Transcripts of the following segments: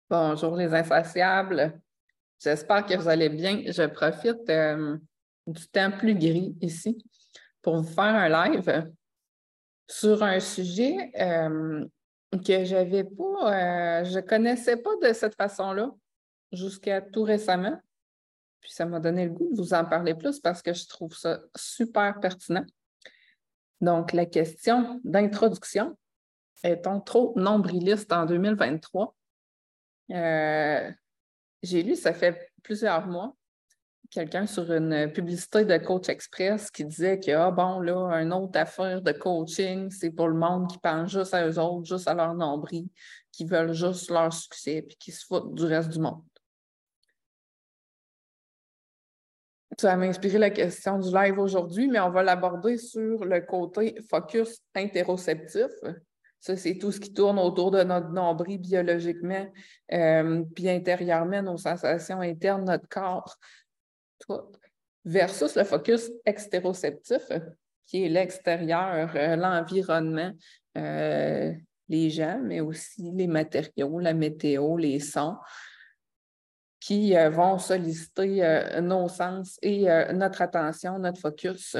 Bonjour les insatiables, j'espère que vous allez bien. Je profite du temps plus gris ici pour vous faire un live sur un sujet que j'avais pas, je connaissais pas de cette façon-là jusqu'à tout récemment. Puis ça m'a donné le goût de vous en parler plus parce que je trouve ça super pertinent. Donc, la question d'introduction, est-on trop nombriliste en 2023? J'ai lu, ça fait plusieurs mois, quelqu'un sur une publicité de Coach Express qui disait que, ah bon, là, une autre affaire de coaching, c'est pour le monde qui pense juste à eux autres, juste à leur nombril, qui veulent juste leur succès, puis qui se foutent du reste du monde. Ça m'a inspiré la question du live aujourd'hui, mais on va l'aborder sur le côté focus interoceptif. Ça, c'est tout ce qui tourne autour de notre nombril biologiquement, puis intérieurement, nos sensations internes, notre corps, tout. Versus le focus extéroceptif, qui est l'extérieur, l'environnement, les gens, mais aussi les matériaux, la météo, les sons, qui vont solliciter nos sens et notre attention, notre focus.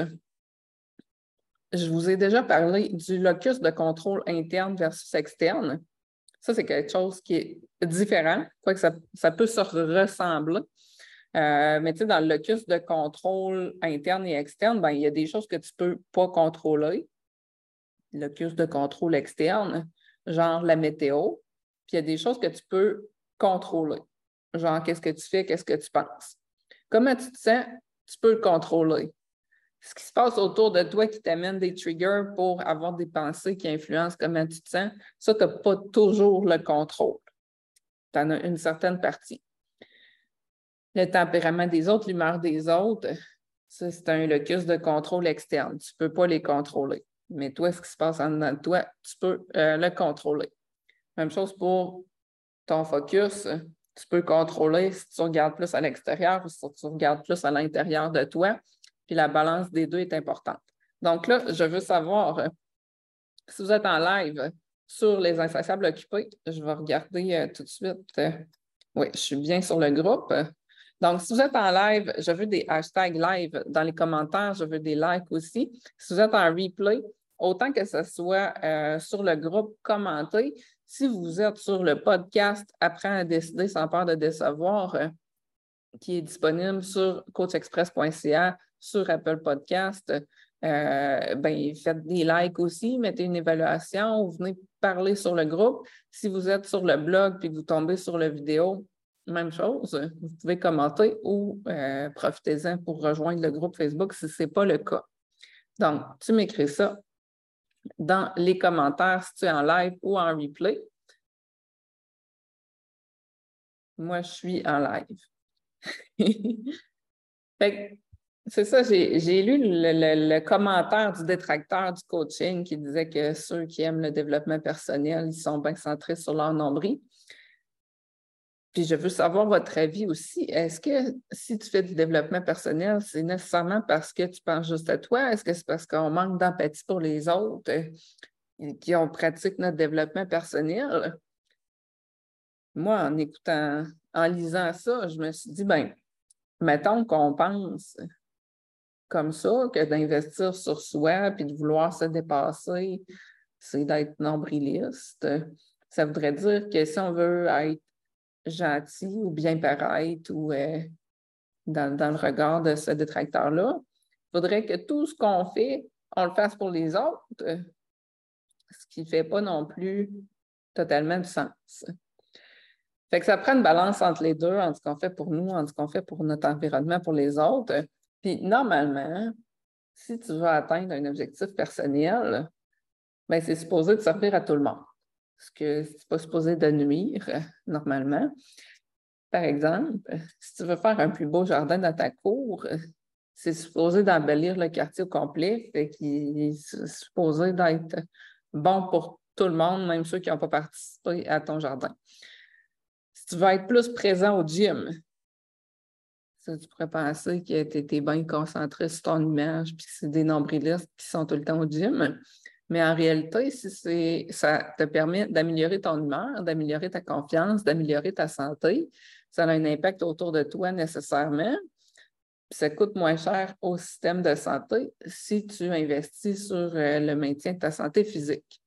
Je vous ai déjà parlé du locus de contrôle interne versus externe. Ça, c'est quelque chose qui est différent, quoique ça peut se ressembler. Mais tu sais, dans le locus de contrôle interne et externe, ben, il y a des choses que tu ne peux pas contrôler. Locus de contrôle externe, genre la météo. Puis il y a des choses que tu peux contrôler. Genre, qu'est-ce que tu fais, qu'est-ce que tu penses. Comment tu te sens, tu peux le contrôler. Ce qui se passe autour de toi qui t'amène des triggers pour avoir des pensées qui influencent comment tu te sens, ça, tu n'as pas toujours le contrôle. Tu en as une certaine partie. Le tempérament des autres, l'humeur des autres, ça, c'est un locus de contrôle externe. Tu ne peux pas les contrôler. Mais toi, ce qui se passe en dedans de toi, tu peux le contrôler. Même chose pour ton focus. Tu peux contrôler si tu regardes plus à l'extérieur ou si tu regardes plus à l'intérieur de toi. Puis la balance des deux est importante. Donc là, je veux savoir si vous êtes en live sur les insatiables occupés. Je vais regarder tout de suite. Oui, je suis bien sur le groupe. Donc, si vous êtes en live, je veux des hashtags live dans les commentaires, je veux des likes aussi. Si vous êtes en replay, autant que ce soit sur le groupe, commentez. Si vous êtes sur le podcast Apprends à décider sans peur de décevoir, qui est disponible sur coachexpress.ca, sur Apple Podcast, ben, faites des likes aussi, mettez une évaluation ou venez parler sur le groupe. Si vous êtes sur le blog puis que vous tombez sur la vidéo, même chose, vous pouvez commenter ou profitez-en pour rejoindre le groupe Facebook si ce n'est pas le cas. Donc, tu m'écris ça dans les commentaires si tu es en live ou en replay. Moi, je suis en live. C'est ça, j'ai lu le commentaire du détracteur du coaching qui disait que ceux qui aiment le développement personnel, ils sont bien centrés sur leur nombril. Puis je veux savoir votre avis aussi. Est-ce que si tu fais du développement personnel, c'est nécessairement parce que tu penses juste à toi? Est-ce que c'est parce qu'on manque d'empathie pour les autres qui ont pratiqué notre développement personnel? Moi, en écoutant, en lisant ça, je me suis dit, ben, mettons qu'on pense comme ça, que d'investir sur soi puis de vouloir se dépasser, c'est d'être nombriliste. Ça voudrait dire que si on veut être gentil ou bien paraître ou dans le regard de ce détracteur-là, il faudrait que tout ce qu'on fait, on le fasse pour les autres, ce qui ne fait pas non plus totalement du sens. Fait que ça prend une balance entre les deux, entre ce qu'on fait pour nous, entre ce qu'on fait pour notre environnement, pour les autres. Puis normalement, si tu veux atteindre un objectif personnel, bien, c'est supposé de servir à tout le monde. Parce que c'est pas supposé de nuire, normalement. Par exemple, si tu veux faire un plus beau jardin dans ta cour, c'est supposé d'embellir le quartier au complet, fait qu'il est supposé d'être bon pour tout le monde, même ceux qui n'ont pas participé à ton jardin. Si tu veux être plus présent au gym, ça, tu pourrais penser que tu es bien concentré sur ton image, puis que c'est des nombrilistes qui sont tout le temps au gym. Mais en réalité, si ça te permet d'améliorer ton humeur, d'améliorer ta confiance, d'améliorer ta santé, ça a un impact autour de toi nécessairement. Puis ça coûte moins cher au système de santé si tu investis sur le maintien de ta santé physique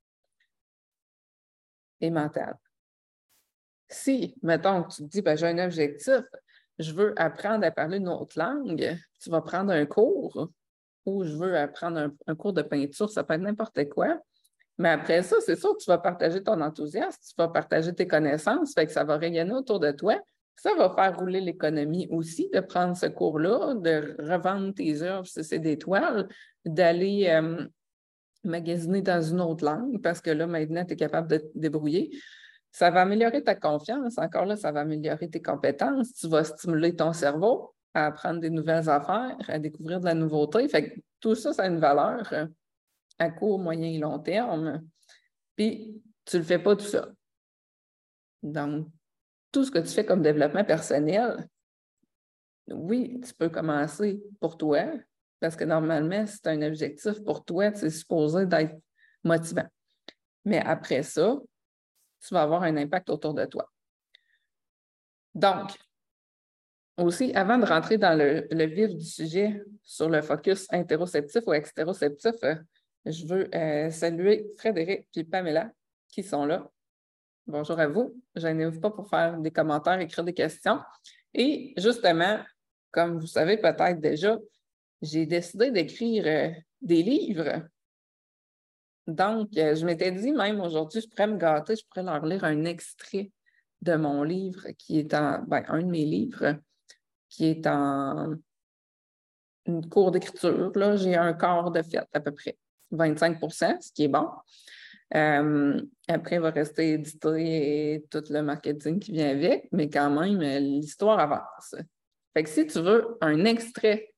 et mentale. Si, mettons, tu te dis, ben, j'ai un objectif, je veux apprendre à parler une autre langue, tu vas prendre un cours ou je veux apprendre un cours de peinture, ça peut être n'importe quoi. Mais après ça, c'est sûr que tu vas partager ton enthousiasme, tu vas partager tes connaissances, fait que ça va rayonner autour de toi. Ça va faire rouler l'économie aussi de prendre ce cours-là, de revendre tes œuvres si c'est des toiles, d'aller magasiner dans une autre langue parce que là, maintenant, tu es capable de te débrouiller. Ça va améliorer ta confiance. Encore là, ça va améliorer tes compétences. Tu vas stimuler ton cerveau à apprendre des nouvelles affaires, à découvrir de la nouveauté. Fait que tout ça, ça a une valeur à court, moyen et long terme. Puis, tu ne le fais pas tout ça. Donc, tout ce que tu fais comme développement personnel, oui, tu peux commencer pour toi, parce que normalement, si tu as un objectif pour toi, c'est supposé d'être motivant. Mais après ça, tu vas avoir un impact autour de toi. Donc, aussi, avant de rentrer dans le vif du sujet sur le focus interoceptif ou extéroceptif, je veux saluer Frédéric et Pamela qui sont là. Bonjour à vous. Je n'hésite pas pour faire des commentaires, écrire des questions. Et justement, comme vous savez peut-être déjà, j'ai décidé d'écrire des livres. Donc, je m'étais dit, même aujourd'hui, je pourrais me gâter, je pourrais leur lire un extrait de mon livre qui est un de mes livres qui est en une cours d'écriture. Là, j'ai un quart de fait à peu près, 25 %, ce qui est bon. Après, il va rester édité et tout le marketing qui vient avec, mais quand même, l'histoire avance. Fait que si tu veux un extrait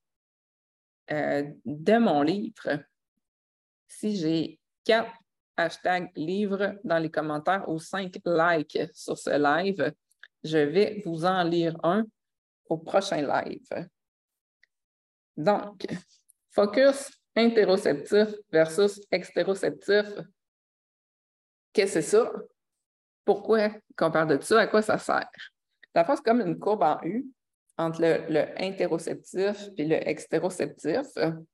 de mon livre, si j'ai 4 hashtags livres dans les commentaires ou 5 likes sur ce live, je vais vous en lire un au prochain live. Donc, focus interoceptif versus extéroceptif. Qu'est-ce que c'est ça? Pourquoi qu'on parle de ça? À quoi ça sert? La fois, c'est comme une courbe en U entre le interoceptif et le extéroceptif.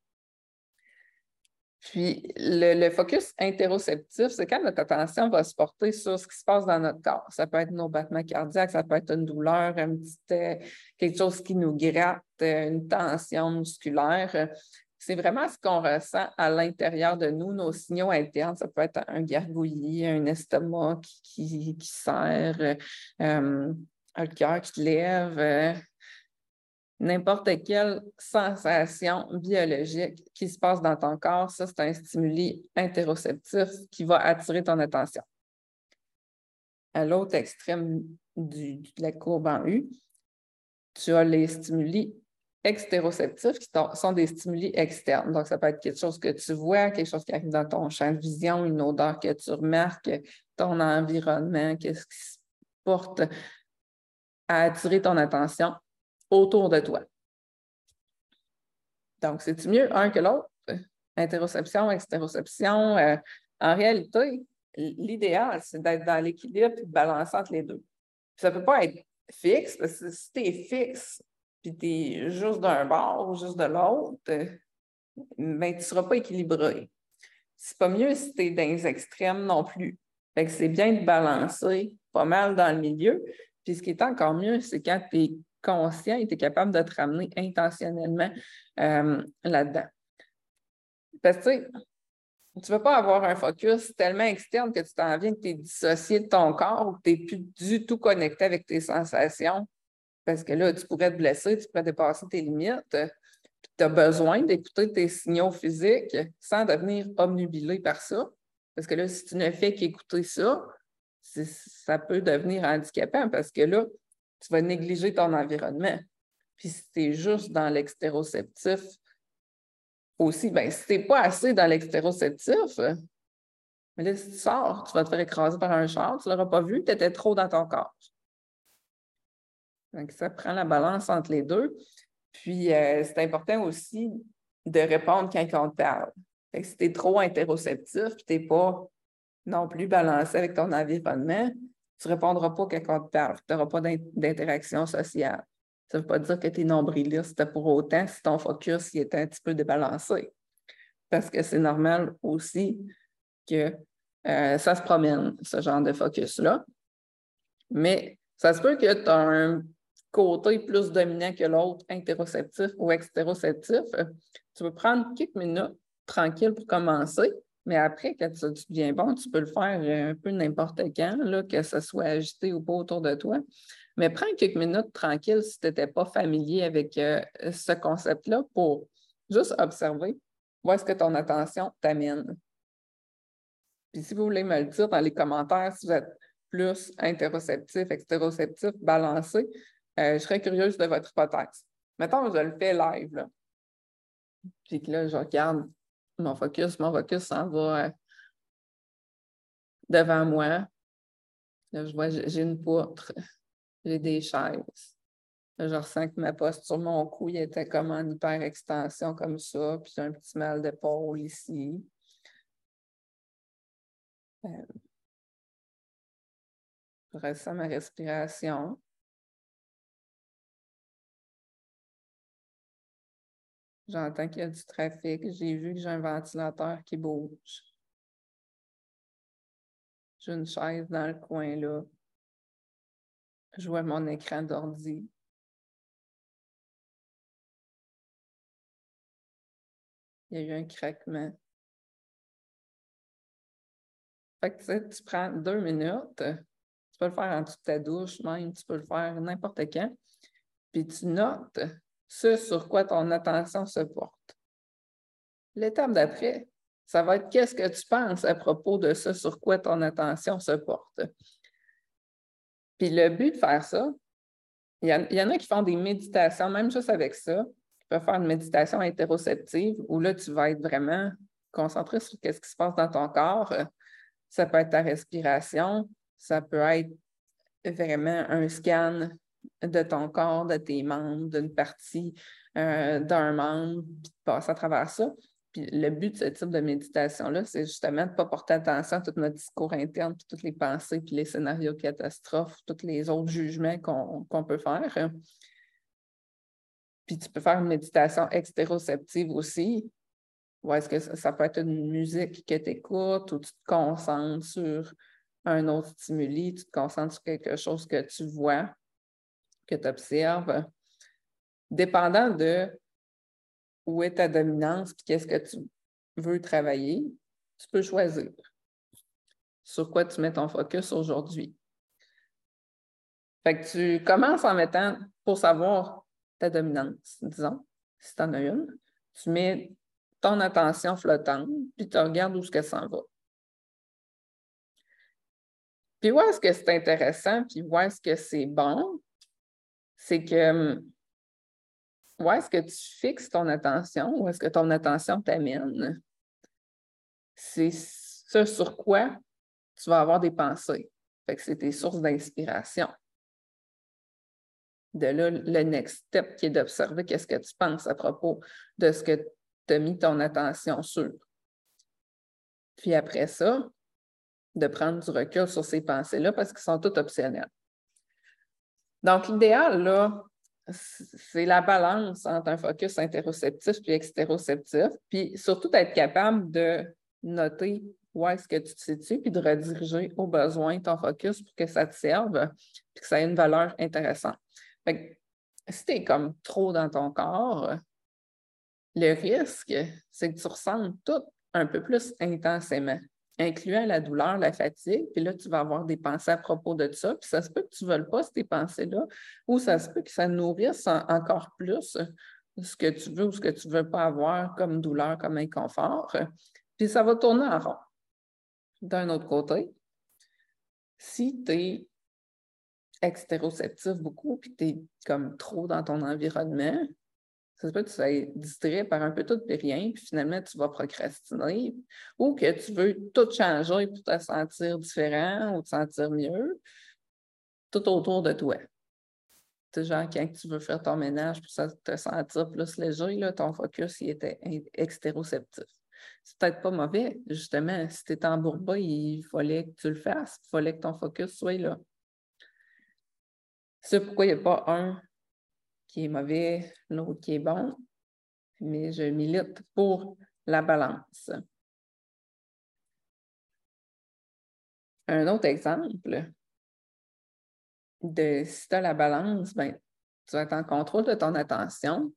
Puis, le focus interoceptif, c'est quand notre attention va se porter sur ce qui se passe dans notre corps. Ça peut être nos battements cardiaques, ça peut être une douleur, quelque chose qui nous gratte, une tension musculaire. C'est vraiment ce qu'on ressent à l'intérieur de nous, nos signaux internes. Ça peut être un gargouillis, un estomac qui serre, un cœur qui te lève, n'importe quelle sensation biologique qui se passe dans ton corps, ça, c'est un stimuli interoceptif qui va attirer ton attention. À l'autre extrême de la courbe en U, tu as les stimuli extéroceptifs qui sont des stimuli externes. Donc, ça peut être quelque chose que tu vois, quelque chose qui arrive dans ton champ de vision, une odeur que tu remarques, ton environnement, qu'est-ce qui se porte à attirer ton attention autour de toi. Donc, c'est-tu mieux un que l'autre? Interoception, extéroception. En réalité, l'idéal, c'est d'être dans l'équilibre et de balancer entre les deux. Ça ne peut pas être fixe, parce que si tu es fixe puis tu es juste d'un bord ou juste de l'autre, ben, tu ne seras pas équilibré. C'est pas mieux si tu es dans les extrêmes non plus. Fait que c'est bien de balancer pas mal dans le milieu. Puis ce qui est encore mieux, c'est quand tu es conscient et tu es capable de te ramener intentionnellement là-dedans. Parce que tu ne veux pas avoir un focus tellement externe que tu t'en viens que tu es dissocié de ton corps ou que tu n'es plus du tout connecté avec tes sensations. Parce que là, tu pourrais te blesser, tu pourrais dépasser tes limites. Tu as besoin d'écouter tes signaux physiques sans devenir obnubilé par ça. Parce que là, si tu ne fais qu'écouter ça, ça peut devenir handicapant parce que là, tu vas négliger ton environnement. Puis si tu es juste dans l'extéroceptif aussi, bien, si tu n'es pas assez dans l'extéroceptif, mais là, si tu sors, tu vas te faire écraser par un char, tu ne l'auras pas vu, tu étais trop dans ton corps. Donc, ça prend la balance entre les deux. Puis, c'est important aussi de répondre quand on te parle. Fait que si tu es trop interoceptif, puis tu n'es pas non plus balancé avec ton environnement, tu ne répondras pas quand on te parle. Tu n'auras pas d'interaction sociale. Ça ne veut pas dire que tu es nombriliste pour autant si ton focus il est un petit peu débalancé. Parce que c'est normal aussi que ça se promène, ce genre de focus-là. Mais ça se peut que tu as un côté plus dominant que l'autre, interoceptif ou extéroceptif. Tu peux prendre quelques minutes tranquille pour commencer, mais après, quand ça devient bon, tu peux le faire un peu n'importe quand, là, que ce soit agité ou pas autour de toi. Mais prends quelques minutes tranquille si tu n'étais pas familier avec ce concept-là pour juste observer où est-ce que ton attention t'amène. Puis si vous voulez me le dire dans les commentaires, si vous êtes plus interoceptif, extéroceptif, balancé, je serais curieuse de votre hypothèse. Mettons, je le fais live, là. Puis que là, je regarde mon focus s'en va devant moi. Là, je vois, j'ai une poutre, j'ai des chaises. Là, je ressens que ma posture, mon cou, il était comme en hyper-extension comme ça, puis j'ai un petit mal d'épaule ici. Je ressens ma respiration. J'entends qu'il y a du trafic. J'ai vu que j'ai un ventilateur qui bouge. J'ai une chaise dans le coin là. Je vois mon écran d'ordi. Il y a eu un craquement. Fait que tu sais, tu prends 2 minutes. Tu peux le faire en dessous de ta douche même. Tu peux le faire n'importe quand. Puis tu notes ce sur quoi ton attention se porte. L'étape d'après, ça va être qu'est-ce que tu penses à propos de ce sur quoi ton attention se porte. Puis le but de faire ça, il y en a qui font des méditations, même juste avec ça. Tu peux faire une méditation interoceptive où là, tu vas être vraiment concentré sur ce qui se passe dans ton corps. Ça peut être ta respiration, ça peut être vraiment un scan de ton corps, de tes membres, d'une partie d'un membre, puis de passer à travers ça. Puis le but de ce type de méditation-là, c'est justement de ne pas porter attention à tout notre discours interne, puis toutes les pensées, puis les scénarios catastrophes, tous les autres jugements qu'on peut faire. Puis tu peux faire une méditation extéroceptive aussi, ou est-ce que ça peut être une musique que tu écoutes ou tu te concentres sur un autre stimuli, tu te concentres sur quelque chose que tu vois, que tu observes. Dépendant de où est ta dominance et qu'est-ce que tu veux travailler, tu peux choisir sur quoi tu mets ton focus aujourd'hui. Fait que tu commences en mettant, pour savoir ta dominance, disons, si tu en as une, tu mets ton attention flottante, puis tu regardes où est-ce que ça va. Puis où est-ce que c'est intéressant, puis où est-ce que c'est bon, c'est que où est-ce que tu fixes ton attention, où est-ce que ton attention t'amène, c'est ce sur quoi tu vas avoir des pensées. Fait que c'est tes sources d'inspiration. De là, le next step qui est d'observer qu'est-ce que tu penses à propos de ce que tu as mis ton attention sur. Puis après ça, de prendre du recul sur ces pensées-là parce qu'elles sont toutes optionnelles. Donc, l'idéal, là, c'est la balance entre un focus interoceptif et extéroceptif, puis surtout d'être capable de noter où est-ce que tu te situes, puis de rediriger au besoin ton focus pour que ça te serve, puis que ça ait une valeur intéressante. Fait que, si tu es comme trop dans ton corps, le risque, c'est que tu ressentes tout un peu plus intensément, incluant la douleur, la fatigue, puis là, tu vas avoir des pensées à propos de ça, puis ça se peut que tu ne veuilles pas ces pensées-là, ou ça se peut que ça nourrisse encore plus ce que tu veux ou ce que tu ne veux pas avoir comme douleur, comme inconfort, puis ça va tourner en rond. D'un autre côté, si tu es extéroceptif beaucoup, puis tu es comme trop dans ton environnement, ça se peut que tu sois distrait par un peu tout et rien, puis finalement, tu vas procrastiner, ou que tu veux tout changer pour te sentir différent ou te sentir mieux, tout autour de toi. C'est genre, quand tu veux faire ton ménage pour te sentir plus léger, là, ton focus il était extéroceptif. C'est peut-être pas mauvais, justement. Si tu es embourbé, il fallait que tu le fasses. Il fallait que ton focus soit là. C'est pourquoi il n'y a pas un qui est mauvais, l'autre qui est bon, mais je milite pour la balance. Un autre exemple de si tu as la balance, ben, tu vas être en contrôle de ton attention.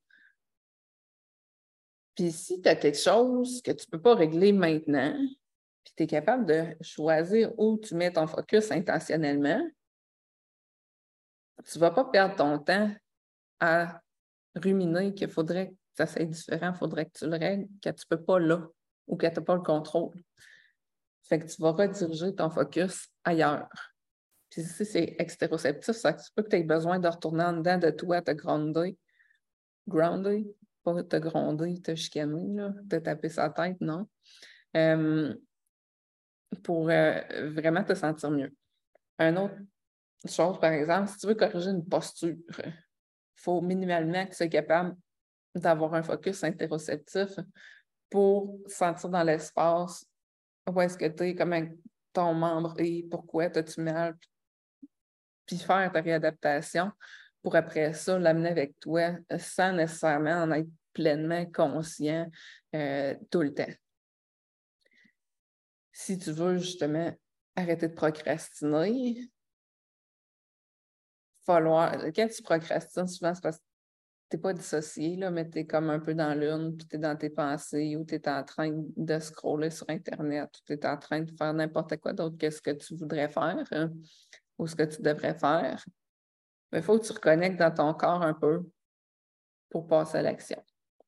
Puis si tu as quelque chose que tu ne peux pas régler maintenant, puis tu es capable de choisir où tu mets ton focus intentionnellement, tu ne vas pas perdre ton temps à ruminer qu'il faudrait que ça soit différent, il faudrait que tu le règles, que tu ne peux pas là ou que tu n'as pas le contrôle. Fait que tu vas rediriger ton focus ailleurs. Puis si c'est extéroceptif, ça se peut que tu aies besoin de retourner en dedans de toi, te grounder, pas te gronder, te chicaner, là, te taper sa tête, non. Pour vraiment te sentir mieux. Une autre chose, par exemple, si tu veux corriger une posture, il faut minimalement que tu sois capable d'avoir un focus interoceptif pour sentir dans l'espace où est-ce que tu es, comment ton membre est, pourquoi as-tu mal, puis faire ta réadaptation pour après ça l'amener avec toi sans nécessairement en être pleinement conscient tout le temps. Si tu veux justement arrêter de procrastiner, quand tu procrastines, souvent c'est parce que tu n'es pas dissocié, là, mais tu es comme un peu dans l'une, puis tu es dans tes pensées, ou tu es en train de scroller sur Internet, ou tu es en train de faire n'importe quoi d'autre que ce que tu voudrais faire, ou ce que tu devrais faire. Mais il faut que tu reconnectes dans ton corps un peu pour passer à l'action.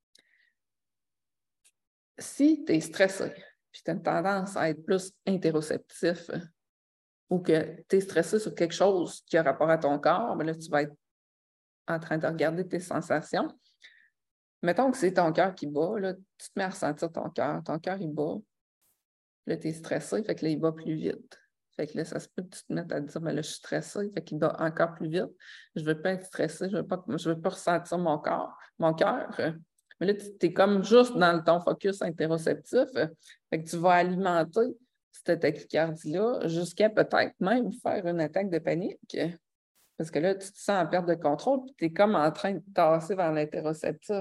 Si tu es stressé, puis tu as une tendance à être plus interoceptif, ou que tu es stressé sur quelque chose qui a rapport à ton corps, bien là, tu vas être en train de regarder tes sensations. Mettons que c'est ton cœur qui bat, là, tu te mets à ressentir ton cœur il bat, là, tu es stressé, fait que là, il bat plus vite. Fait que là, ça se peut que tu te mettes à te dire, ben là, je suis stressé, fait qu'il bat encore plus vite. Je ne veux pas être stressé, je ne veux pas ressentir mon cœur. Mais là, tu es comme juste dans ton focus interoceptif, fait que tu vas alimenter cette tachycardie-là jusqu'à peut-être même faire une attaque de panique. Parce que là, tu te sens en perte de contrôle, puis tu es comme en train de tasser vers l'interoceptif.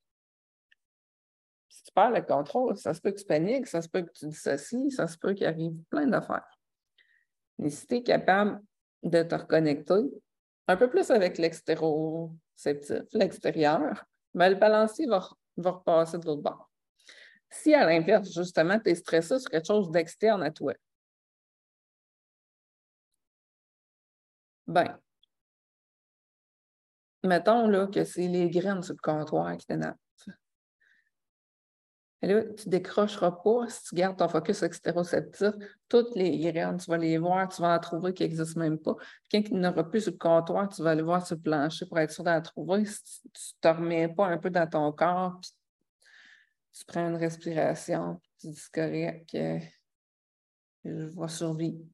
Si tu perds le contrôle, ça se peut que tu paniques, ça se peut que tu dissocies, ça se peut qu'il arrive plein d'affaires. Mais si tu es capable de te reconnecter un peu plus avec l'extéroceptif, l'extérieur, bien, le balancier va repasser de l'autre bord. Si, à l'inverse, justement, tu es stressé sur quelque chose d'externe à toi, bien, mettons là, que c'est les graines sur le comptoir qui t'énervent. Et là, tu ne décrocheras pas si tu gardes ton focus extéroceptif. Toutes les graines, tu vas les voir, tu vas en trouver qui n'existent même pas. Quand il n'y en aura plus sur le comptoir, tu vas aller voir sur le plancher pour être sûr d'en trouver. Si tu ne te remets pas un peu dans ton corps, puis tu prends une respiration, tu dis c'est correct, je vais survivre.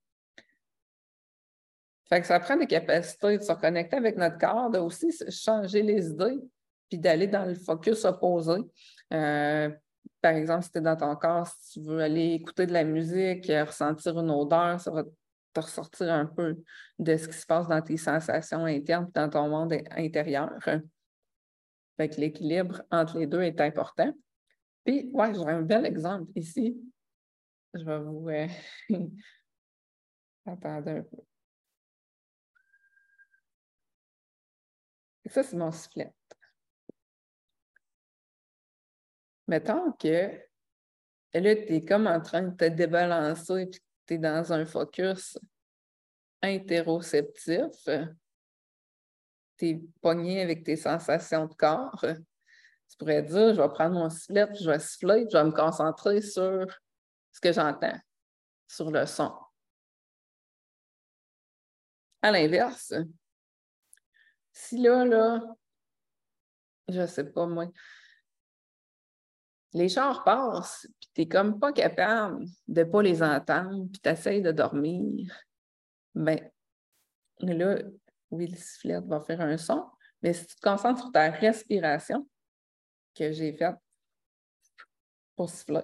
Fait que ça prend des capacités de se reconnecter avec notre corps, de aussi changer les idées, puis d'aller dans le focus opposé. Par exemple, si tu es dans ton corps, si tu veux aller écouter de la musique, ressentir une odeur, ça va te ressortir un peu de ce qui se passe dans tes sensations internes, dans ton monde intérieur. Fait que l'équilibre entre les deux est important. Puis, ouais, j'ai un bel exemple ici. Je vais vous... Attendez un peu. Ça, c'est mon sifflet. Mettons que là, tu es comme en train de te débalancer et tu es dans un focus interoceptif. Tu es pogné avec tes sensations de corps. Tu pourrais dire, je vais prendre mon sifflet, puis je vais siffler, puis je vais me concentrer sur ce que j'entends, sur le son. À l'inverse, si là, je ne sais pas moi, les chars passent, puis tu n'es comme pas capable de ne pas les entendre, puis tu essaies de dormir, bien, là, oui, le sifflet va faire un son, mais si tu te concentres sur ta respiration que j'ai faite, pour siffler.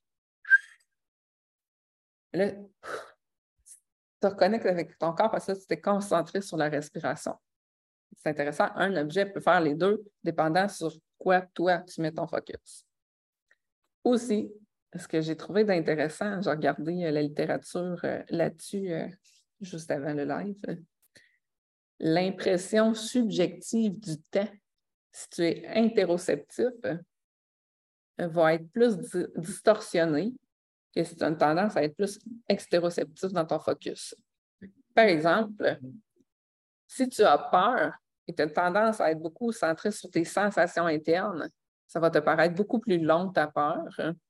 Là, tu te reconnectes avec ton corps parce que tu t'es concentré sur la respiration. C'est intéressant, un objet peut faire les deux, dépendant sur quoi, toi, tu mets ton focus. Aussi, ce que j'ai trouvé d'intéressant, j'ai regardé la littérature là-dessus juste avant le live, l'impression subjective du temps, si tu es interoceptif, va être plus distorsionnée que si tu as une tendance à être plus extéroceptif dans ton focus. Par exemple, si tu as peur et tu as tendance à être beaucoup centré sur tes sensations internes, ça va te paraître beaucoup plus long ta peur.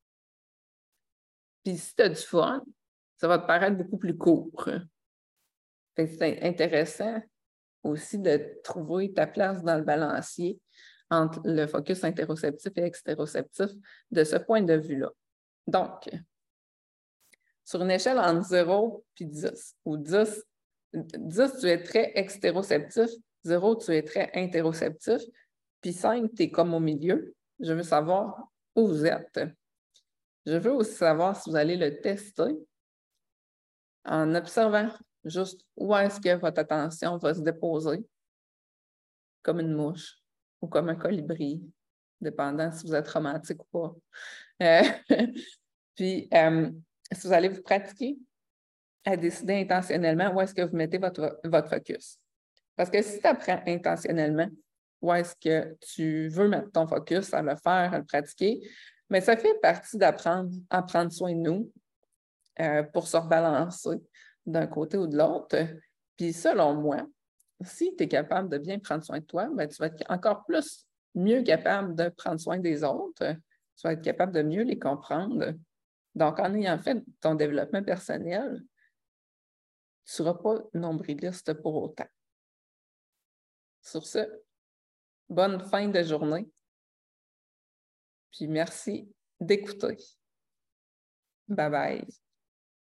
Puis si tu as du fun, ça va te paraître beaucoup plus court. C'est intéressant aussi de trouver ta place dans le balancier entre le focus interoceptif et extéroceptif de ce point de vue-là. Donc, sur une échelle entre 0 et 10, où 10, tu es très extéroceptif, 0, tu es très interoceptif, puis 5, tu es comme au milieu. Je veux savoir où vous êtes. Je veux aussi savoir si vous allez le tester en observant juste où est-ce que votre attention va se déposer, comme une mouche ou comme un colibri, dépendant si vous êtes romantique ou pas. Puis, si vous allez vous pratiquer à décider intentionnellement où est-ce que vous mettez votre focus. Parce que si tu apprends intentionnellement où est-ce que tu veux mettre ton focus, à le faire, à le pratiquer, mais ça fait partie d'apprendre à prendre soin de nous pour se rebalancer d'un côté ou de l'autre. Puis selon moi, si tu es capable de bien prendre soin de toi, bien, tu vas être encore mieux capable de prendre soin des autres. Tu vas être capable de mieux les comprendre. Donc, en ayant fait ton développement personnel, tu ne seras pas nombriliste pour autant. Sur ce, bonne fin de journée. Puis merci d'écouter. Bye bye.